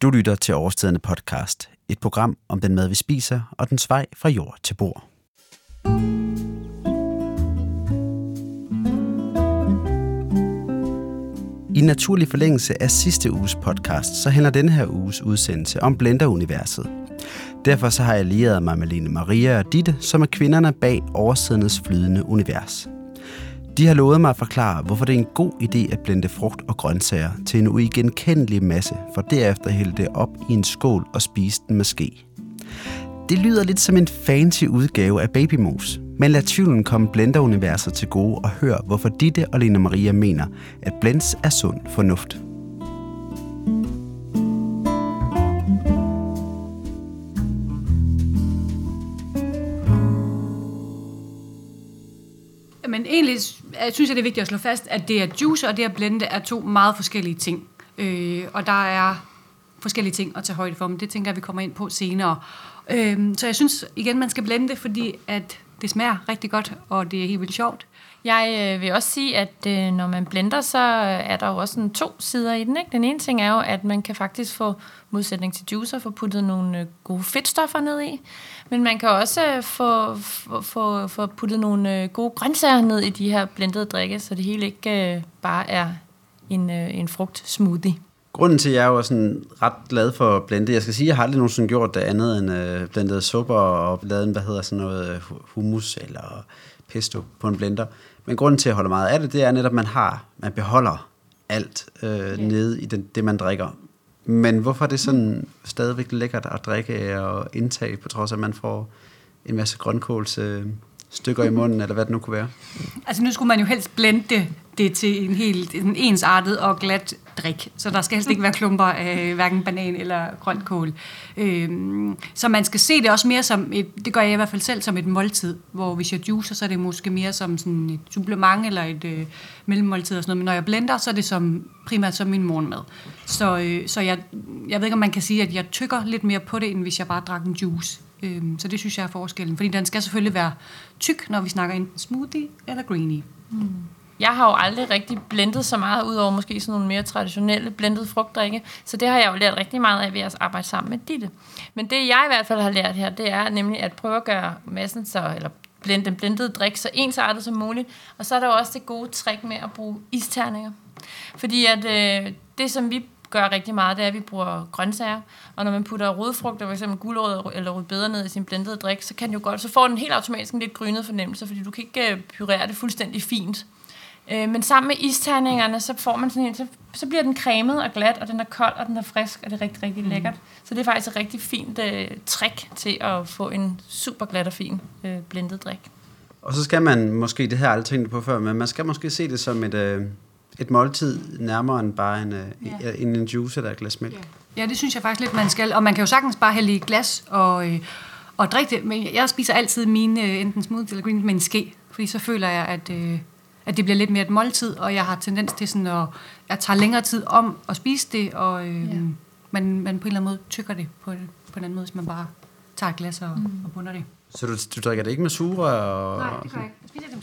Du lytter til Årstiderne podcast, et program om den mad, vi spiser, og dens vej fra jord til bord. I naturlig forlængelse af sidste uges podcast, så handler denne her uges udsendelse om Blender-universet. Derfor så har jeg allieret mig med Lene Maria og Ditte, som er kvinderne bag Årstidernes flydende univers. De har lovet mig at forklare, hvorfor det er en god idé at blende frugt og grøntsager til en uigenkendelig masse, for derefter hælde det op i en skål og spise den med ske. Det lyder lidt som en fancy udgave af babymos, men lad tvivlen komme Blender-universet til gode og hør, hvorfor Ditte og Lene Maria mener, at blends er sund fornuft. Men egentlig synes jeg, det er vigtigt at slå fast, at det er juice og det at blende er to meget forskellige ting. Og der er forskellige ting at tage højde for, men det tænker jeg, vi kommer ind på senere. Så jeg synes igen, man skal blende det, fordi at det smager rigtig godt, og det er helt vildt sjovt. Jeg vil også sige, at når man blender, så er der jo også sådan to sider i den. Ikke? Den ene ting er jo, at man kan faktisk få, modsætning til juicer, få puttet nogle gode fedtstoffer ned i. Men man kan også få puttet nogle gode grøntsager ned i de her blendede drikke, så det hele ikke bare er en frugtsmoothie. Grunden til, at jeg er jo sådan ret glad for at blende, jeg skal sige, at jeg har aldrig nogensinde gjort det andet end blendet supper og lavet sådan noget hummus eller pesto på en blender. Men grunden til, at jeg holder meget af det, det er netop, at man beholder alt nede i det, man drikker. Men hvorfor er det sådan stadigvæk lækkert at drikke og indtage, på trods af, at man får en masse grønkålsstykker i munden, eller hvad det nu kunne være? Altså nu skulle man jo helst blende det til en helt ensartet og glat drik. Så der skal helst ikke være klumper af hverken banan eller grønt kål. Så man skal se det også mere som det gør jeg i hvert fald selv, som et måltid. Hvor hvis jeg juicer, så er det måske mere som sådan et supplement eller et mellemmåltid og sådan noget. Men når jeg blender, så er det primært som min morgenmad. Så jeg ved ikke, om man kan sige, at jeg tykker lidt mere på det, end hvis jeg bare drak en juice. Så det synes jeg er forskellen. Fordi den skal selvfølgelig være tyk, når vi snakker enten smoothie eller greenie. Jeg har jo aldrig rigtig blendet så meget, udover måske sådan nogle mere traditionelle blendede frugtdrikke, så det har jeg jo lært rigtig meget af ved at arbejde sammen med Ditte. Men det jeg i hvert fald har lært her, det er nemlig at prøve at gøre massen eller den blendede drik så ensartet som muligt, og så er der jo også det gode trick med at bruge isterninger. Fordi at det, som vi gør rigtig meget, det er, at vi bruger grøntsager, og når man putter rodfrugter, f.eks. gulerødder eller rødbeder ned i sin blendede drik, så kan den jo godt, så får den helt automatisk en lidt grynet fornemmelse, fordi du kan ikke purere det fuldstændig fint. Men sammen med isterningerne, så får man sådan en, så bliver den cremet og glat, og den er kold, og den er frisk, og det er rigtig, rigtig lækkert. Så det er faktisk et rigtig fint trick til at få en super glat og fin blendet drik. Og så skal man måske, det her jeg aldrig tænkt på før, men man skal måske se det som et måltid nærmere end bare en juice eller et glas mælk. Ja, det synes jeg faktisk lidt, man skal. Og man kan jo sagtens bare hælde i glas og drikke det. Men jeg spiser altid mine enten smoothie eller green med en ske, fordi så føler jeg, at det bliver lidt mere et måltid, og jeg har tendens til sådan, at jeg tager længere tid om at spise det, og man på en eller anden måde tykker det på en anden måde, hvis man bare tager et glas og bunder det. Så du drikker det ikke med sugerør? Nej, det gør jeg ikke. Jeg spiser det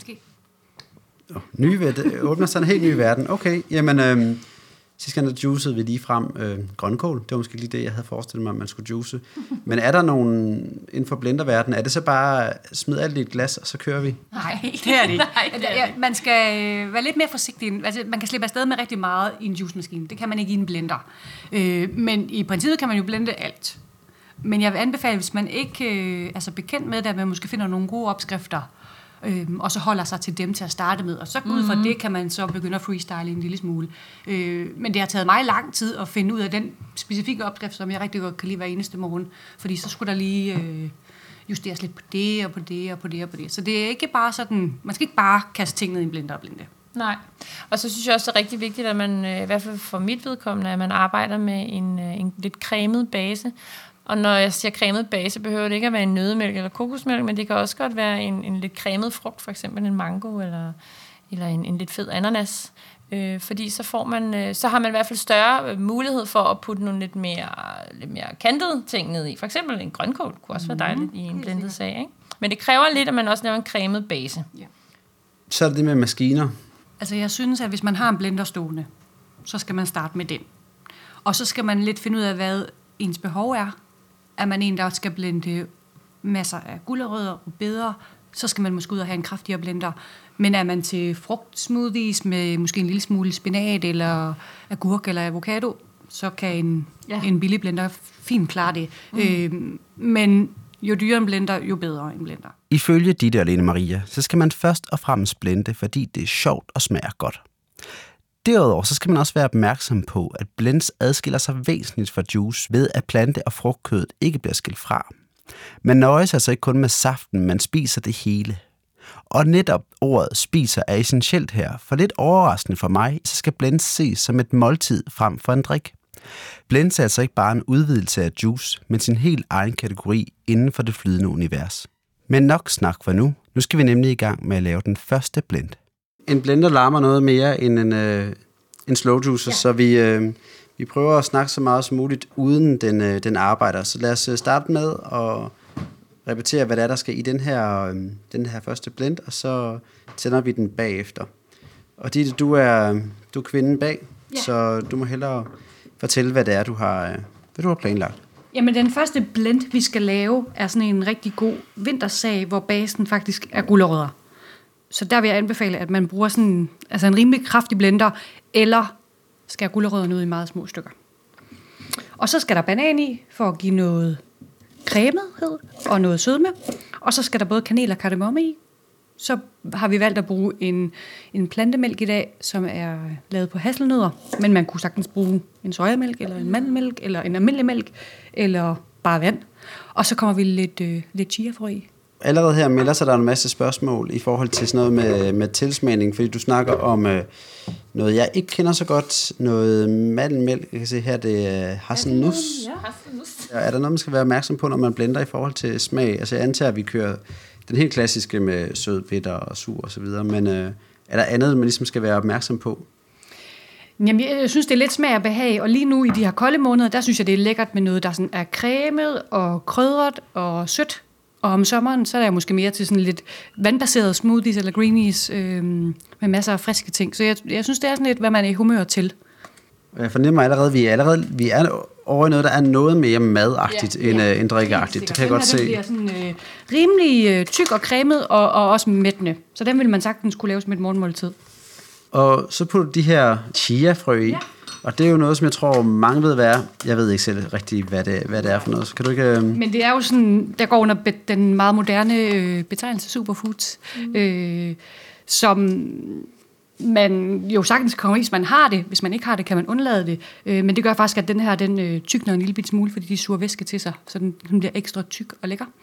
måske. Det åbner sig en helt ny verden. Okay, jamen sidste gang der juicede vi lige frem grønkål. Det var måske lige det, jeg havde forestillet mig, at man skulle juice. Men er der nogen inden for blenderverdenen, er det så bare smid alt i et glas, og så kører vi? Nej, det er det ikke. Man skal være lidt mere forsigtig. Altså, man kan slippe afsted med rigtig meget i en juicemaskine. Det kan man ikke i en blender. Men i princippet kan man jo blende alt. Men jeg vil anbefale, hvis man ikke er så bekendt med det, at man måske finder nogle gode opskrifter, og så holder sig til dem til at starte med. Og så ud fra det kan man så begynde at freestyle en lille smule. Men det har taget mig lang tid at finde ud af den specifikke opskrift, som jeg rigtig godt kan lide hver eneste morgen. Fordi så skulle der lige justeres lidt på det, og på det, og på det, og på det. Så det er ikke bare sådan, man skal ikke bare kaste ting ned i en blender og blende. Nej, og så synes jeg også, det er rigtig vigtigt, at man, i hvert fald for mit vedkommende, at man arbejder med en lidt cremet base. Og når jeg siger cremet base, behøver det ikke at være en nøddemælk eller kokosmælk, men det kan også godt være en lidt cremet frugt, for eksempel en mango eller en lidt fed ananas. Fordi så har man i hvert fald større mulighed for at putte nogle lidt mere kantede ting ned i. For eksempel en grønkål kunne også være dejligt i en blendet sag, ikke? Men det kræver lidt, at man også laver en cremet base. Ja. Så er det med maskiner. Altså jeg synes, at hvis man har en blender stående, så skal man starte med den. Og så skal man lidt finde ud af, hvad ens behov er. Er man en, der skal blende masser af gulerødder og rødbeder, så skal man måske ud og have en kraftigere blender. Men er man til frugtsmoothies med måske en lille smule spinat, eller agurk eller avocado, så kan en billig blender fint klare det. Men jo dyrere en blender, jo bedre en blender. Ifølge Ditte og Lene Maria, så skal man først og fremmest blende, fordi det er sjovt og smager godt. Derudover så skal man også være opmærksom på, at blends adskiller sig væsentligt fra juice ved, at plante- og frugtkødet ikke bliver skilt fra. Man nøjes altså ikke kun med saften, man spiser det hele. Og netop ordet spiser er essentielt her, for lidt overraskende for mig, så skal blends ses som et måltid frem for en drik. Blends er altså ikke bare en udvidelse af juice, men sin helt egen kategori inden for det flydende univers. Men nok snak for nu. Nu skal vi nemlig i gang med at lave den første blend. En blender larmer noget mere end en slow juicer, så vi prøver at snakke så meget som muligt uden den arbejder. Så lad os starte med at repetere, hvad der skal i den her første blend, og så tænder vi den bagefter. Og Ditte, du er kvinden bag, så du må hellere fortælle, hvad det er, du har planlagt. Jamen, den første blend, vi skal lave, er sådan en rigtig god vintersag, hvor basen faktisk er gulerødder. Så der vil jeg anbefale, at man bruger sådan en rimelig kraftig blender, eller skærer gulerødderne ud i meget små stykker. Og så skal der banan i, for at give noget cremethed og noget sødme. Og så skal der både kanel og kardemomme i. Så har vi valgt at bruge en plantemælk i dag, som er lavet på hasselnødder. Men man kunne sagtens bruge en sojamælk, eller en mandelmælk, eller en almindelig mælk, eller bare vand. Og så kommer vi lidt chiafrø i. Allerede her melder sig der en masse spørgsmål i forhold til sådan noget med tilsmagning, fordi du snakker om noget, jeg ikke kender så godt, noget mandelmælk. Jeg kan se her, det er hasselnus. Ja, er der noget, man skal være opmærksom på, når man blender i forhold til smag? Altså jeg antager, at vi kører den helt klassiske med sød, bitter og sur og så videre, men er der andet, man ligesom skal være opmærksom på? Jamen, jeg synes, det er lidt smag og behag, og lige nu i de her kolde måneder, der synes jeg, det er lækkert med noget, der sådan er cremet og krydret og sødt. Og om sommeren, så er jeg måske mere til sådan lidt vandbaserede smoothies eller greenies med masser af friske ting. Så jeg synes, det er sådan lidt, hvad man er i humør til. Jeg fornemmer allerede, vi er over i noget, der er noget mere madagtigt end drikkeagtigt. Det kan jeg godt se. Den bliver sådan rimelig tyk og cremet og også mættende. Så den vil man sagtens kunne lave som et morgenmåltid. Og så putter de her chiafrø i. Ja. Og det er jo noget, som jeg tror, mange ved, hvad er. Jeg ved ikke selv rigtig, hvad det er for noget. Så kan du ikke... Men det er jo sådan, der går under den meget moderne betegnelse superfoods, som man jo sagtens kommer i, hvis man har det. Hvis man ikke har det, kan man undlade det. Men det gør faktisk, at den tykner en lille bit smule, fordi de suger væske til sig, så den bliver ekstra tyk og lækker.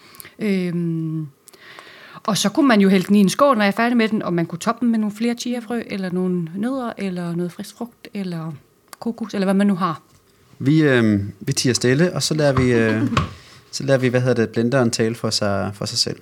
Og så kunne man jo hælde den i en skål, når jeg er færdig med den, og man kunne toppe den med nogle flere chiafrø, eller nogle nødder, eller noget frisk frugt, eller kokos, eller hvad man nu har. Vi tiger stille, og så lader vi blenderen tale for sig selv.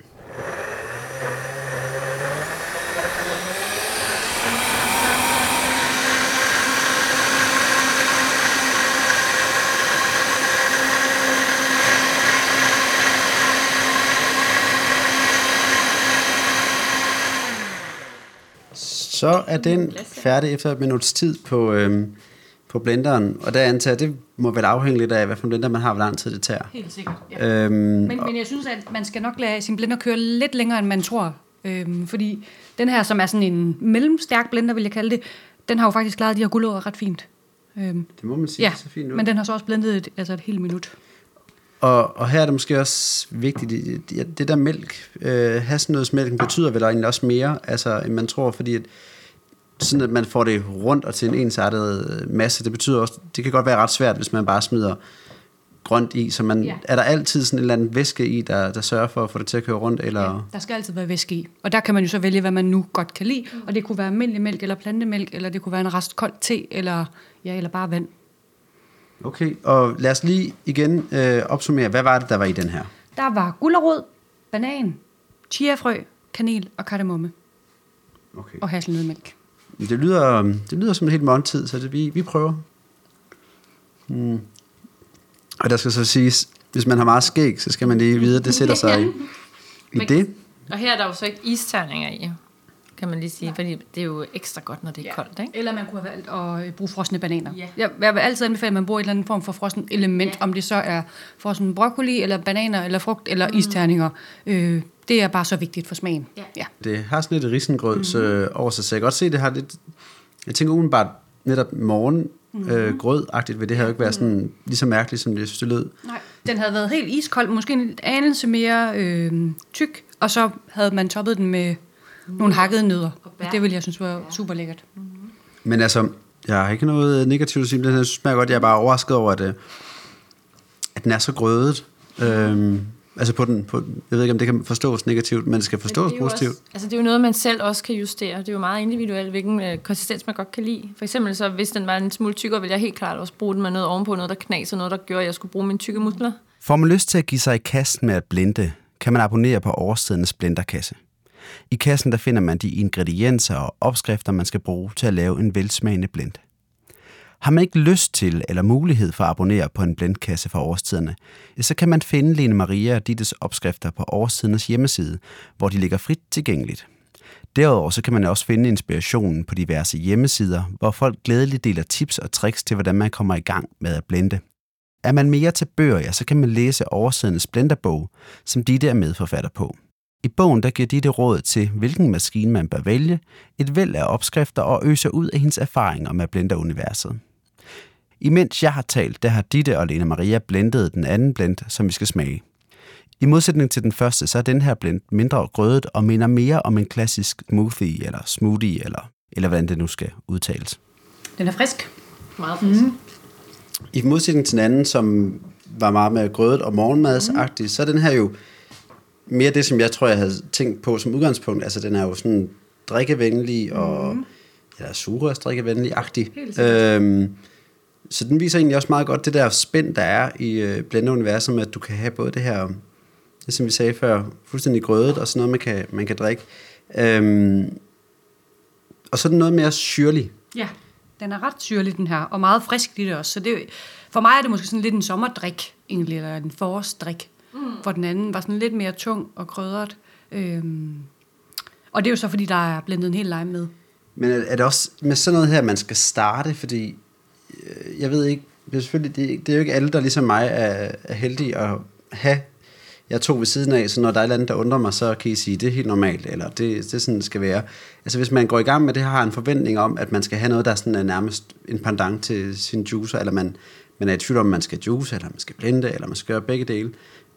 Så er den færdig efter et minuts tid på blenderen, og der antager, det må vel afhænge lidt af, hvad for en blender man har, hvor lang tid det tager. Helt sikkert, ja. Men jeg synes, at man skal nok lade sin blender køre lidt længere, end man tror. Fordi den her, som er sådan en mellemstærk blender, vil jeg kalde det, den har jo faktisk klaret de her gulerødder ret fint. Det må man sige, så fint ud. Men den har så også blendet et helt minut. Og her er det måske også vigtigt, det der mælk, hasselnødsmælken betyder vel egentlig også mere, altså, end man tror, fordi sådan at man får det rundt og til en ensartet masse, det betyder også, det kan godt være ret svært, hvis man bare smider grønt i, så er der altid sådan en eller anden væske i, der sørger for at få det til at køre rundt? Eller? Ja, der skal altid være væske i, og der kan man jo så vælge, hvad man nu godt kan lide, og det kunne være almindelig mælk eller plantemælk, eller det kunne være en rest koldt te, eller bare vand. Okay, og lad os lige igen opsummere, hvad var det, der var i den her? Der var gulerod, banan, chiafrø, kanel og kardemomme. Okay. Og hasselnødmælk. Det lyder som en helt måltid, så vi prøver. Og der skal så siges, hvis man har meget skæg, så skal man lige vide, at det sætter sig i det. Og her er der jo så ikke isterninger i. kan man lige sige, fordi det er jo ekstra godt, når det er koldt, ikke? Eller man kunne have valgt at bruge frosne bananer. Jeg vil altid anbefale, at man bruger en eller anden form for frossen element, om det så er frossen broccoli, eller bananer, eller frugt, eller isterninger. Det er bare så vigtigt for smagen. Ja. Det har sådan lidt risengrøds over sig, så jeg kan godt se, det har lidt... Jeg tænker umiddelbart netop grød-agtigt, vil det her jo ikke være sådan lige så mærkeligt, som det synes, det lød. Nej, den havde været helt iskold, måske en anelse mere tyk, og så havde man toppet den med nogle hakkede nødder. Det ville jeg synes var super lækkert. Men altså, jeg har ikke noget negativt at sige, den her smager godt. Jeg er bare overrasket over, at den er så grødet. Altså jeg ved ikke, om det kan forstås negativt, men det skal forstås positivt. Det er jo noget, man selv også kan justere. Det er jo meget individuelt, hvilken konsistens man godt kan lide. For eksempel, så hvis den var en smule tykkere, ville jeg helt klart også bruge den med noget ovenpå, noget der knaser, noget der gjorde, at jeg skulle bruge mine tykke muskler. Får man lyst til at give sig i kassen med at blende, kan man abonnere på Årstidens blenderkasse. I kassen der finder man de ingredienser og opskrifter, man skal bruge til at lave en velsmagende blend. Har man ikke lyst til eller mulighed for at abonnere på en blendkasse fra Årstiderne, så kan man finde Lene Maria og Dittes opskrifter på Årstidernes hjemmeside, hvor de ligger frit tilgængeligt. Derudover så kan man også finde inspirationen på diverse hjemmesider, hvor folk glædeligt deler tips og tricks til, hvordan man kommer i gang med at blende. Er man mere til bøger, så kan man læse Årstidernes blenderbog, som Ditte er medforfatter på. I bogen der giver Ditte råd til, hvilken maskine man bør vælge, et væld af opskrifter og øser ud af hendes erfaringer med blenderuniverset. Imens jeg har talt, der har Ditte og Lene Maria blendet den anden blend, som vi skal smage. I modsætning til den første, så er den her blend mindre grødet og minder mere om en klassisk smoothie eller hvordan det nu skal udtales. Den er frisk. Meget frisk. I modsætning til den anden, som var meget mere grødet og morgenmadsagtig, så er den her jo mere det, som jeg tror, jeg havde tænkt på som udgangspunkt. Altså, den er jo sådan drikkevenlig og sugerørsdrikkevenlig-agtig. Så den viser egentlig også meget godt det der spænd, der er i blenderuniverset, med at du kan have både det her, det som vi sagde før, fuldstændig grødet, og sådan noget, man kan drikke. Og så er den noget mere syrlig. Ja, den er ret syrlig, den her, og meget frisk i det også. Så det, for mig er det måske sådan lidt en sommerdrik, egentlig, eller en forårsdrik. For den anden var sådan lidt mere tung og krydret. Og det er jo så, fordi der er blendet en hel lime med. Men er det også med sådan noget her, man skal starte? Fordi jeg ved ikke, det er jo ikke alle, der ligesom mig er heldige at have jeg to ved siden af, så når der er et eller andet, der undrer mig, så kan I sige, det er helt normalt, eller det er sådan, det skal være. Altså hvis man går i gang med det, har en forventning om, at man skal have noget, der sådan er nærmest en pendant til sin juicer, eller man er i tvivl om, man skal juice, eller man skal blende, eller man skal gøre begge dele.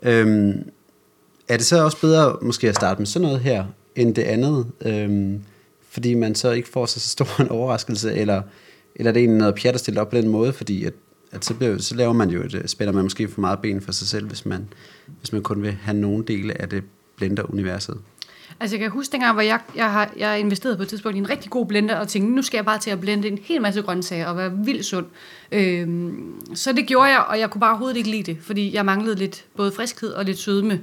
Er det så også bedre måske at starte med sådan noget her, end det andet, fordi man så ikke får så stor en overraskelse, eller er det egentlig noget pjat at stille op på den måde, fordi at så laver man jo spænder man måske for meget ben for sig selv, hvis man kun vil have nogle dele af det blender-universet. Altså jeg kan huske dengang, hvor jeg investerede på et tidspunkt i en rigtig god blender, og tænkte, nu skal jeg bare til at blende en hel masse grøntsager og være vildt sund. Så det gjorde jeg, og jeg kunne bare overhovedet ikke lide det, fordi jeg manglede lidt både friskhed og lidt sødme.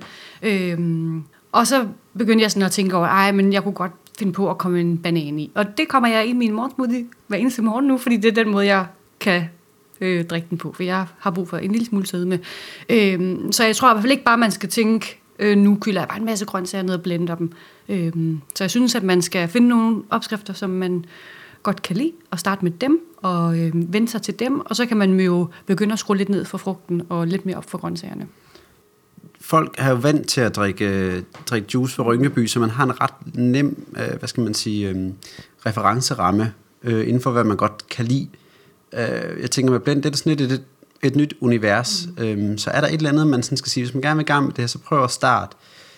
Og så begyndte jeg sådan at tænke over, men jeg kunne godt finde på at komme en banan i. Og det kommer jeg i min morgensmoothie hver eneste morgen nu, fordi det er den måde, jeg kan drikke den på, for jeg har brug for en lille smule sødme. Så jeg tror i hvert fald ikke bare, man skal tænke, nu kylder jeg bare en masse grøntsager ned og blender dem. Så jeg synes, at man skal finde nogle opskrifter, som man godt kan lide, og starte med dem, og vende sig til dem, og så kan man jo begynde at skrue lidt ned for frugten, og lidt mere op for grøntsagerne. Folk er jo vant til at drikke juice fra Rynkeby, så man har en ret nem, referenceramme inden for, hvad man godt kan lide. Jeg tænker med blend, det er sådan et nyt univers. Så er der et eller andet, man sådan skal sige, hvis man gerne vil i gang med det her, så prøv at starte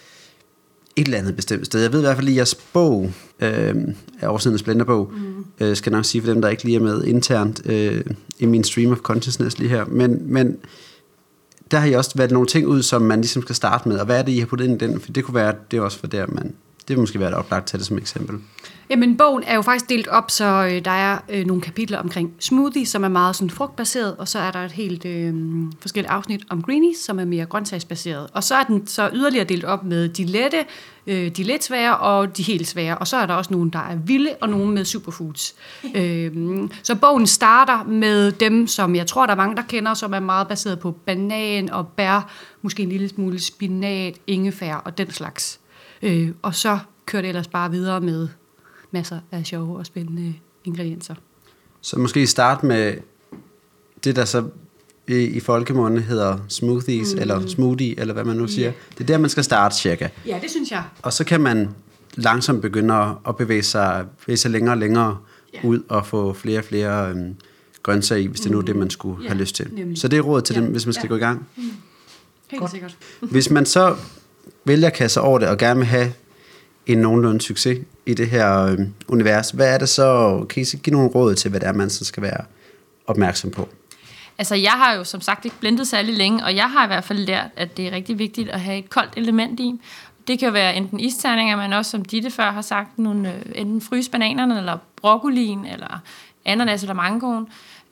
et eller andet bestemt sted. Jeg ved i hvert fald lige, at jeres bog, Årstidens blenderbog, skal nok sige for dem, der ikke lige er med internt i min stream of consciousness lige her. Men der har I også været nogle ting ud, som man ligesom skal starte med, og hvad er det, I har puttet ind i den? For det kunne være, det er også for der, det vil måske være et oplagt til det som eksempel. Jamen, bogen er jo faktisk delt op, så der er nogle kapitler omkring smoothie, som er meget sådan frugtbaseret, og så er der et helt forskelligt afsnit om greenies, som er mere grøntsagsbaseret. Og så er den så yderligere delt op med de lette, de lidt svære og de helt svære. Og så er der også nogle, der er vilde, og nogle med superfoods. Så bogen starter med dem, som jeg tror, der er mange, der kender, som er meget baseret på banan og bær, måske en lille smule spinat, ingefær og den slags. Og så kører det ellers bare videre med masser af sjove og spændende ingredienser. Så måske starte med det, der så i folkemunde hedder smoothies, eller smoothie, eller hvad man nu siger. Det er der, man skal starte cirka. Ja, det synes jeg. Og så kan man langsomt begynde at bevæge sig længere og længere ud og få flere og flere grøntsager i, hvis det nu er det, man skulle have lyst til. Nemlig. Så det er råd til dem, hvis man skal gå i gang. Helt godt. Sikkert. Hvis man så vælger at kaste over det og gerne vil have en nogenlunde succes i det her univers, hvad er det så? Kan I give nogle råd til, hvad det er, man så skal være opmærksom på? Altså, jeg har jo som sagt ikke blendet særlig længe, og jeg har i hvert fald lært, at det er rigtig vigtigt at have et koldt element i. Det kan jo være enten isterninger, men også, som Ditte før har sagt, enten fryse bananerne, eller broccolien, eller ananas, eller mangoen.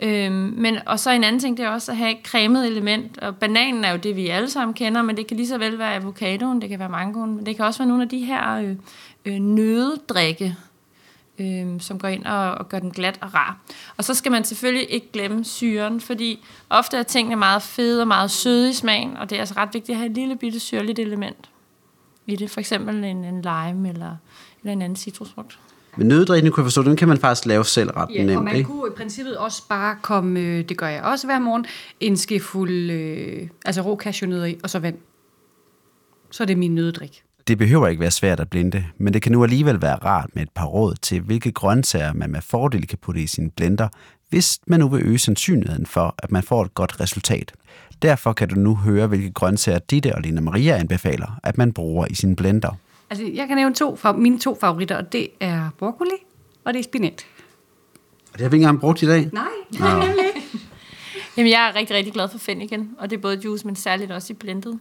Og så en anden ting, det er også at have et cremet element. Og bananen er jo det, vi alle sammen kender, men det kan lige så vel være avocadoen, det kan være mangoen, men det kan også være nogle af de her nøddrikke, som går ind og gør den glat og rar. Og så skal man selvfølgelig ikke glemme syren, fordi ofte er tingene meget fede og meget søde i smagen, og det er altså ret vigtigt at have et lille bitte syrligt element i det. For eksempel en lime eller en anden citrusfrugt. Men nøddrikken, kunne jeg forstå, den kan man faktisk lave selv ret nemt. Og man kunne i princippet også bare komme, det gør jeg også hver morgen, en skefuld rå cashewnødder i, og så vand. Så er det min nøddrik. Det behøver ikke være svært at blende, men det kan nu alligevel være rart med et par råd til, hvilke grøntsager man med fordel kan putte i sin blender, hvis man nu vil øge sandsynligheden for, at man får et godt resultat. Derfor kan du nu høre, hvilke grøntsager Ditte og Lene Maria anbefaler, at man bruger i sin blender. Altså, jeg kan nævne mine to favoritter, og det er broccoli, og det er spinat. Og det har vi ikke engang brugt i dag? Nej, nemlig ikke. Jamen, jeg er rigtig, rigtig glad for fenniken, og det er både juice, men særligt også i blendet.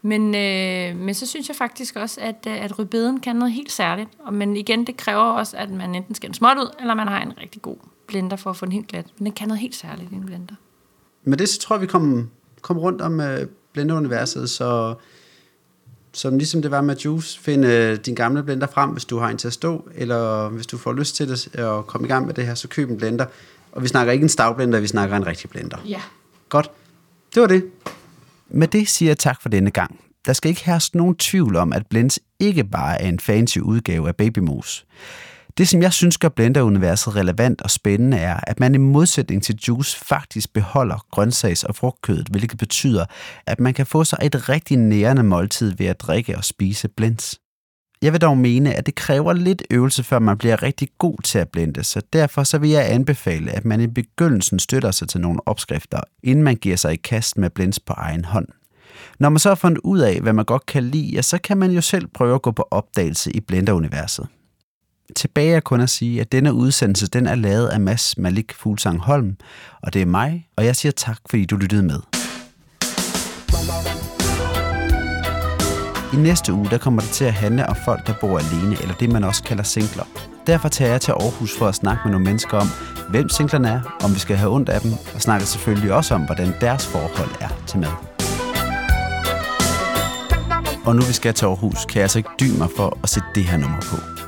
Men så synes jeg faktisk også, at rødbeden kan noget helt særligt. Men igen, det kræver også, at man enten skal småt ud, eller man har en rigtig god blender for at få den helt glat. Men den kan noget helt særligt i en blender. Med det, så tror jeg, vi kom rundt om blenderuniverset, så som ligesom det var med juice, find din gamle blender frem, hvis du har en til at stå, eller hvis du får lyst til det og komme i gang med det her, så køb en blender. Og vi snakker ikke en stavblender, vi snakker en rigtig blender. Ja. Godt. Det var det. Med det siger jeg tak for denne gang. Der skal ikke herske nogen tvivl om, at blends ikke bare er en fancy udgave af babymos. Det, som jeg synes gør blenderuniverset relevant og spændende, er, at man i modsætning til juice faktisk beholder grøntsags- og frugtkødet, hvilket betyder, at man kan få sig et rigtig nærende måltid ved at drikke og spise blends. Jeg vil dog mene, at det kræver lidt øvelse, før man bliver rigtig god til at blende, så derfor så vil jeg anbefale, at man i begyndelsen støtter sig til nogle opskrifter, inden man giver sig i kast med blends på egen hånd. Når man så har fundet ud af, hvad man godt kan lide, ja, så kan man jo selv prøve at gå på opdagelse i blenderuniverset. Tilbage er kun at sige, at denne udsendelse den er lavet af Mads Malik Fuglsang Holm, og det er mig, og jeg siger tak, fordi du lyttede med. I næste uge der kommer det til at handle om folk, der bor alene, eller det man også kalder singler. Derfor tager jeg til Aarhus for at snakke med nogle mennesker om, hvem singlerne er, om vi skal have ondt af dem, og snakker selvfølgelig også om, hvordan deres forhold er til mad. Og nu vi skal til Aarhus, kan jeg altså ikke dy mig for at sætte det her nummer på.